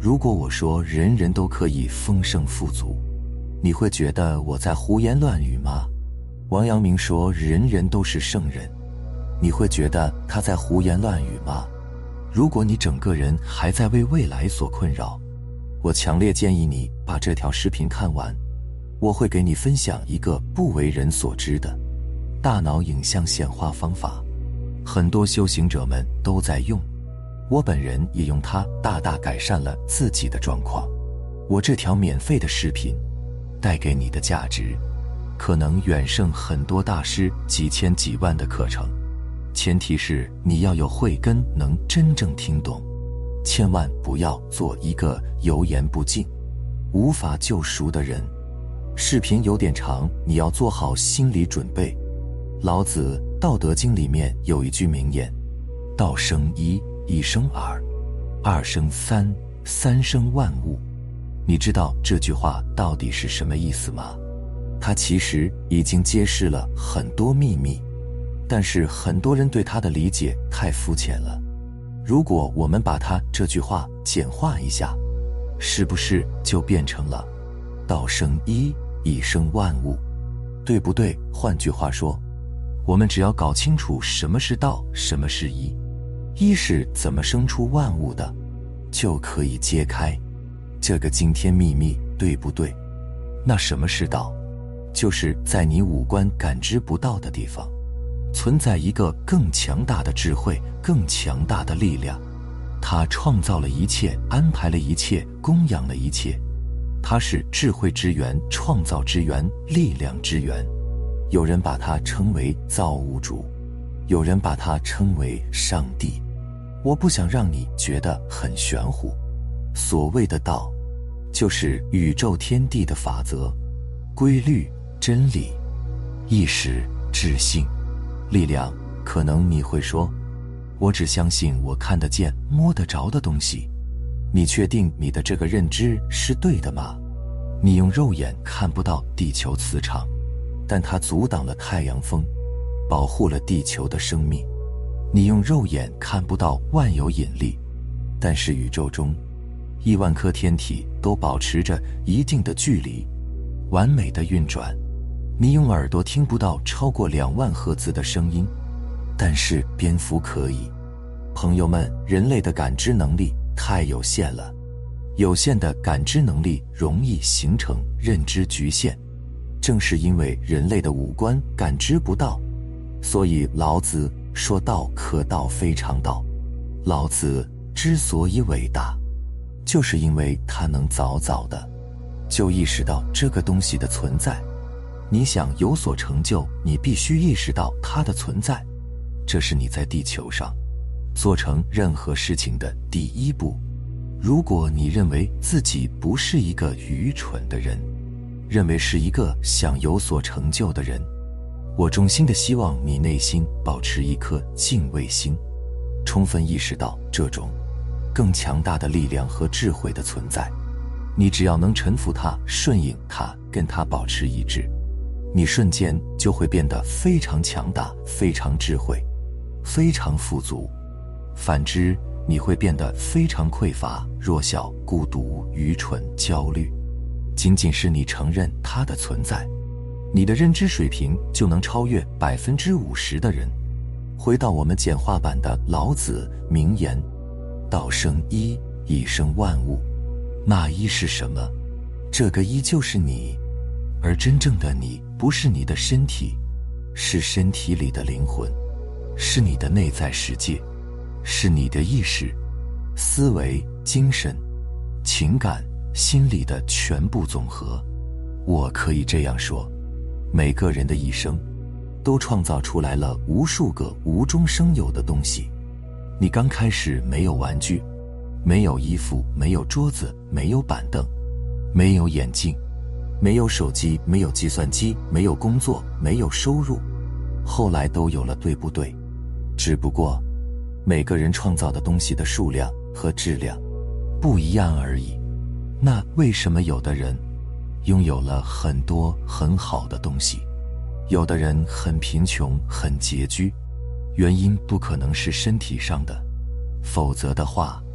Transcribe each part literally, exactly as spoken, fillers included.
如果我说人人都可以丰盛富足，你会觉得我在胡言乱语吗？王阳明说人人都是圣人，你会觉得他在胡言乱语吗？如果你整个人还在为未来所困扰，我强烈建议你把这条视频看完。我会给你分享一个不为人所知的大脑影像显化方法，很多修行者们都在用，我本人也用它大大改善了自己的状况。我这条免费的视频带给你的价值可能远胜很多大师几千几万的课程，前提是你要有慧根，能真正听懂，千万不要做一个油盐不进无法救赎的人。视频有点长，你要做好心理准备。老子《道德经》里面有一句名言：道生一，一生二，二生三，三生万物。你知道这句话到底是什么意思吗？它其实已经揭示了很多秘密，但是很多人对它的理解太肤浅了。如果我们把它这句话简化一下，是不是就变成了道生一，一生万物，对不对？换句话说，我们只要搞清楚什么是道，什么是一，一是怎么生出万物的，就可以揭开这个惊天秘密，对不对？那什么是道？就是在你五官感知不到的地方，存在一个更强大的智慧，更强大的力量，它创造了一切，安排了一切，供养了一切。它是智慧之源，创造之源，力量之源。有人把它称为造物主，有人把它称为上帝。我不想让你觉得很玄乎。所谓的道，就是宇宙天地的法则、规律、真理、意识、智性、力量。可能你会说，我只相信我看得见、摸得着的东西。你确定你的这个认知是对的吗？你用肉眼看不到地球磁场，但它阻挡了太阳风，保护了地球的生命。你用肉眼看不到万有引力，但是宇宙中亿万颗天体都保持着一定的距离，完美的运转。你用耳朵听不到超过两万赫兹的声音，但是蝙蝠可以。朋友们，人类的感知能力太有限了，有限的感知能力容易形成认知局限。正是因为人类的五官感知不到，所以老子说道可道非常道。老子之所以伟大，就是因为他能早早的就意识到这个东西的存在。你想有所成就，你必须意识到它的存在，这是你在地球上做成任何事情的第一步。如果你认为自己不是一个愚蠢的人，认为是一个想有所成就的人，我衷心的希望你内心保持一颗敬畏心，充分意识到这种更强大的力量和智慧的存在。你只要能臣服它，顺应它，跟它保持一致，你瞬间就会变得非常强大，非常智慧，非常富足。反之，你会变得非常匮乏、弱小、孤独、愚蠢、焦虑。仅仅是你承认它的存在，你的认知水平就能超越百分之五十的人。回到我们简化版的老子名言：道生一，一生万物。那一是什么？这个一就是你，而真正的你不是你的身体，是身体里的灵魂，是你的内在世界，是你的意识、思维、精神、情感、心理的全部总和。我可以这样说，每个人的一生都创造出来了无数个无中生有的东西。你刚开始没有玩具，没有衣服，没有桌子，没有板凳，没有眼镜，没有手机，没有计算机，没有工作，没有收入，后来都有了，对不对？只不过每个人创造的东西的数量和质量不一样而已。那为什么有的人拥有了很多很好的东西，有的人很贫穷很拮据？原因不可能是身体上的，否则的话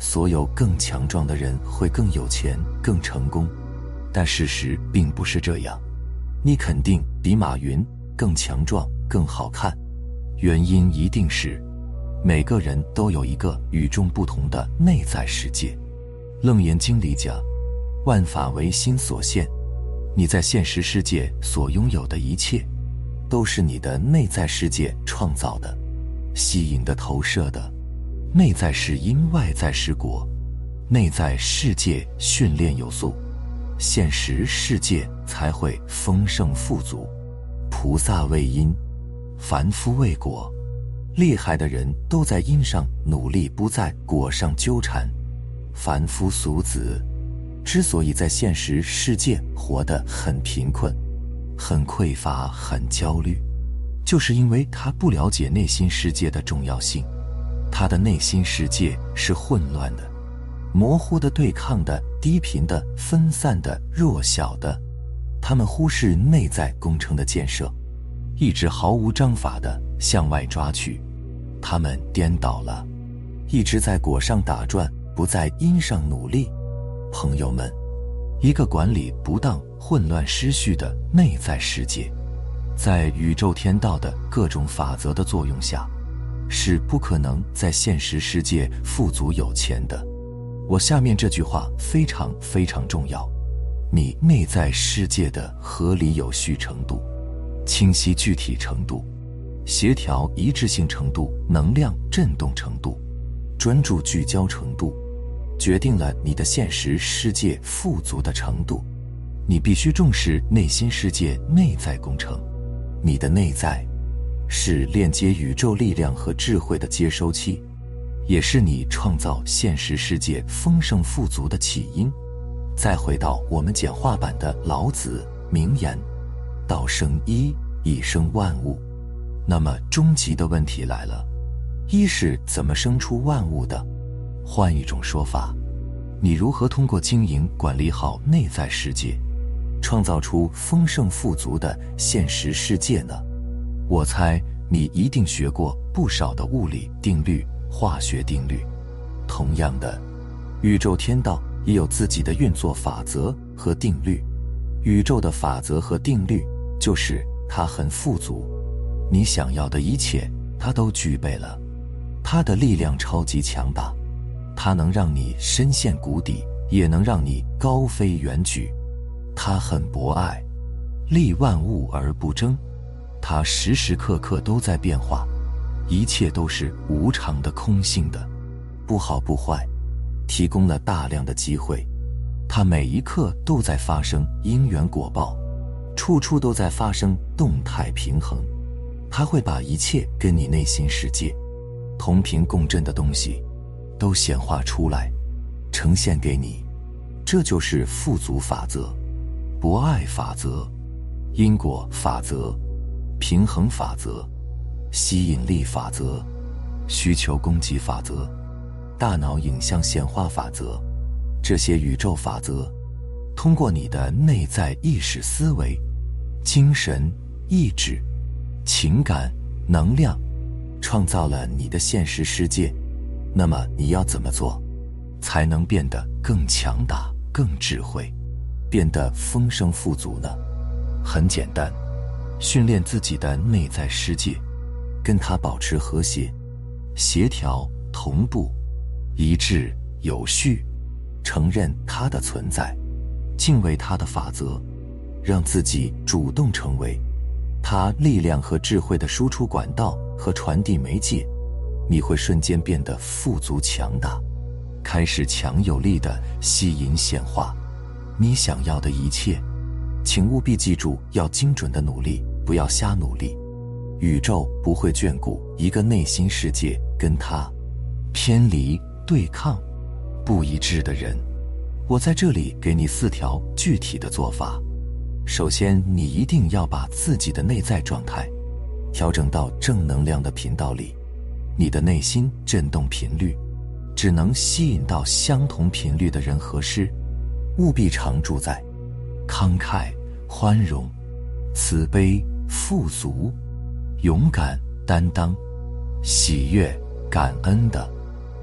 所有更强壮的人会更有钱、更成功，但事实并不是这样。你肯定比马云更强壮、更好看，原因一定是每个人都有一个与众不同的内在世界。楞严经里讲，万法唯心所现，你在现实世界所拥有的一切，都是你的内在世界创造的、吸引的、投射的。内在是因，外在是果。内在世界训练有素，现实世界才会丰盛富足。菩萨为因，凡夫为果。厉害的人都在因上努力，不在果上纠缠。凡夫俗子之所以在现实世界活得很贫困、很匮乏、很焦虑，就是因为他不了解内心世界的重要性。他的内心世界是混乱的、模糊的、对抗的、低频的、分散的、弱小的。他们忽视内在工程的建设，一直毫无章法地向外抓取。他们颠倒了，一直在果上打转，不在因上努力。朋友们，一个管理不当、混乱失序的内在世界，在宇宙天道的各种法则的作用下，是不可能在现实世界富足有钱的。我下面这句话非常非常重要：你内在世界的合理有序程度、清晰具体程度、协调一致性程度、能量振动程度、专注聚焦程度，决定了你的现实世界富足的程度。你必须重视内心世界内在工程。你的内在是链接宇宙力量和智慧的接收器，也是你创造现实世界丰盛富足的起因。再回到我们简化版的老子名言：道生一，一生万物。那么终极的问题来了，一是怎么生出万物的？换一种说法，你如何通过经营管理好内在世界，创造出丰盛富足的现实世界呢？我猜你一定学过不少的物理定律、化学定律。同样的，宇宙天道也有自己的运作法则和定律。宇宙的法则和定律就是它很富足，你想要的一切它都具备了。它的力量超级强大，它能让你深陷谷底，也能让你高飞远举。它很博爱，利万物而不争。它时时刻刻都在变化，一切都是无常的、空性的，不好不坏，提供了大量的机会。它每一刻都在发生因缘果报，处处都在发生动态平衡。它会把一切跟你内心世界同频共振的东西都显化出来，呈现给你。这就是富足法则、博爱法则、因果法则、平衡法则、吸引力法则、需求供给法则、大脑影像显化法则。这些宇宙法则通过你的内在意识思维、精神、意志、情感、能量，创造了你的现实世界。那么你要怎么做才能变得更强大、更智慧，变得丰盛富足呢？很简单，训练自己的内在世界，跟它保持和谐、协调、同步、一致、有序，承认它的存在，敬畏它的法则，让自己主动成为它力量和智慧的输出管道和传递媒介。你会瞬间变得富足强大，开始强有力地吸引显化你想要的一切。请务必记住，要精准的努力，不要瞎努力。宇宙不会眷顾一个内心世界跟它偏离、对抗、不一致的人。我在这里给你四条具体的做法。首先，你一定要把自己的内在状态调整到正能量的频道里。你的内心振动频率只能吸引到相同频率的人和事。务必常住在慷慨、宽容、慈悲、富足、勇敢、担当、喜悦、感恩的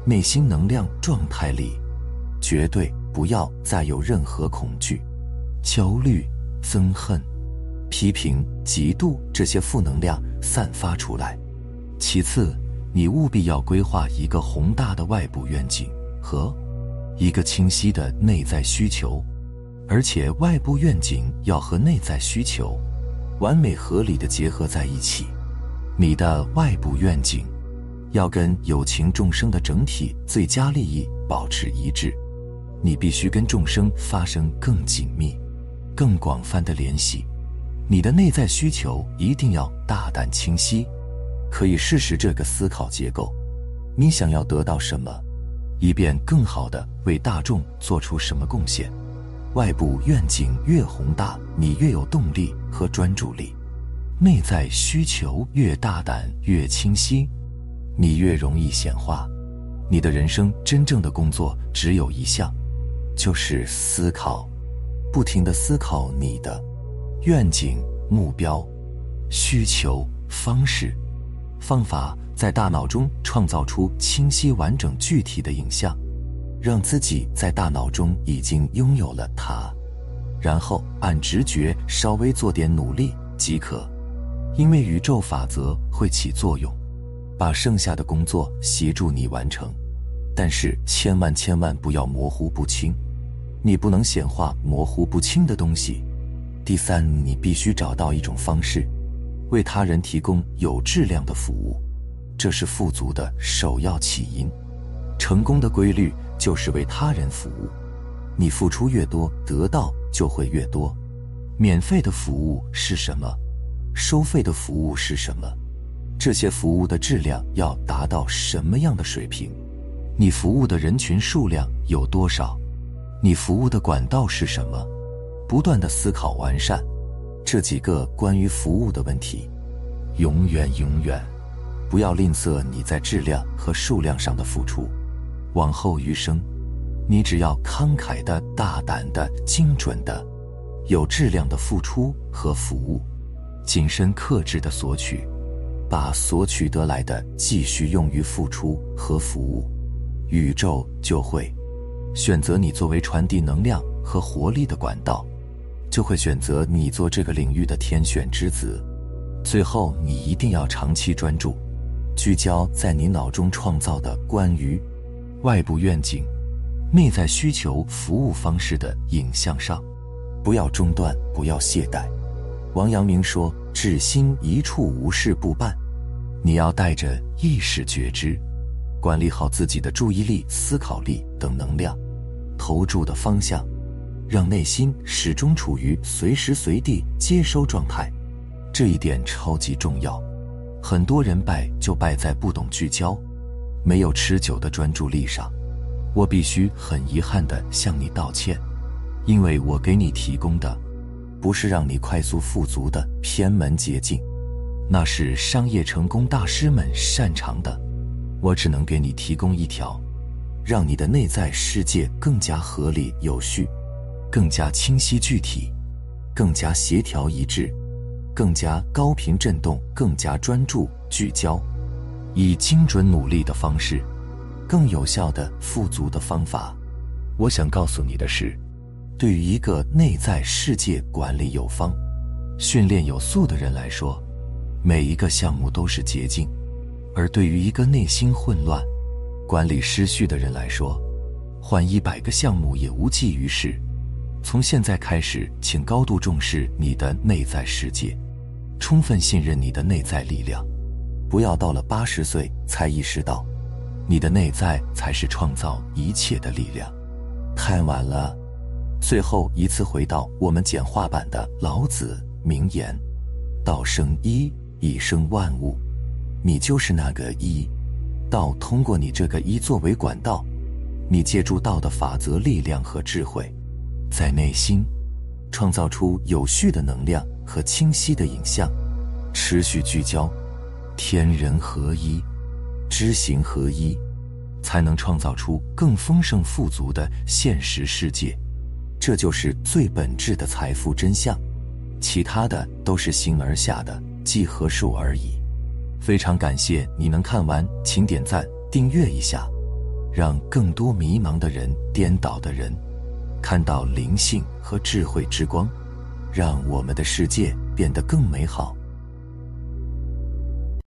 内心能量状态里，绝对不要再有任何恐惧、焦虑、憎恨、批评、嫉妒这些负能量散发出来。其次，你务必要规划一个宏大的外部愿景和一个清晰的内在需求，而且外部愿景要和内在需求完美合理地结合在一起。你的外部愿景要跟有情众生的整体最佳利益保持一致，你必须跟众生发生更紧密、更广泛的联系。你的内在需求一定要大胆清晰，可以试试这个思考结构：你想要得到什么，以便更好地为大众做出什么贡献。外部愿景越宏大，你越有动力和专注力；内在需求越大胆越清晰，你越容易显化。你的人生真正的工作只有一项，就是思考，不停地思考你的愿景、目标、需求、方式、方法，在大脑中创造出清晰、完整、具体的影像，让自己在大脑中已经拥有了它，然后按直觉稍微做点努力即可，因为宇宙法则会起作用，把剩下的工作协助你完成。但是千万千万不要模糊不清，你不能显化模糊不清的东西。第三，你必须找到一种方式，为他人提供有质量的服务，这是富足的首要起因。成功的规律就是为他人服务，你付出越多，得到就会越多。免费的服务是什么？收费的服务是什么？这些服务的质量要达到什么样的水平？你服务的人群数量有多少？你服务的管道是什么？不断地思考完善这几个关于服务的问题，永远永远不要吝啬你在质量和数量上的付出。往后余生，你只要慷慨的、大胆的、精准的、有质量的付出和服务，谨慎克制的索取，把所取得来的继续用于付出和服务，宇宙就会选择你作为传递能量和活力的管道，就会选择你做这个领域的天选之子。最后，你一定要长期专注，聚焦在你脑中创造的关于外部愿景、内在需求、服务方式的影像上，不要中断，不要懈怠。王阳明说，至心一处，无事不办。你要带着意识觉知，管理好自己的注意力、思考力等能量投注的方向，让内心始终处于随时随地接收状态，这一点超级重要。很多人败就败在不懂聚焦，没有持久的专注力上。我必须很遗憾地向你道歉，因为我给你提供的不是让你快速富足的偏门捷径，那是商业成功大师们擅长的。我只能给你提供一条让你的内在世界更加合理有序，更加清晰具体，更加协调一致，更加高频振动，更加专注聚焦，以精准努力的方式，更有效的富足的方法。我想告诉你的是，对于一个内在世界管理有方、训练有素的人来说，每一个项目都是捷径；而对于一个内心混乱、管理失序的人来说，换一百个项目也无济于事。从现在开始，请高度重视你的内在世界，充分信任你的内在力量，不要到了八十岁才意识到，你的内在才是创造一切的力量。太晚了。最后一次回到我们简化版的老子名言：道生一，一生万物。你就是那个一，道通过你这个一作为管道，你借助道的法则、力量和智慧，在内心创造出有序的能量和清晰的影像，持续聚焦，天人合一，知行合一，才能创造出更丰盛富足的现实世界。这就是最本质的财富真相，其他的都是形而下的几何数而已。非常感谢你能看完，请点赞订阅一下， 让更多迷茫的人、颠倒的人看到灵性和智慧之光，让我们的世界变得更美好。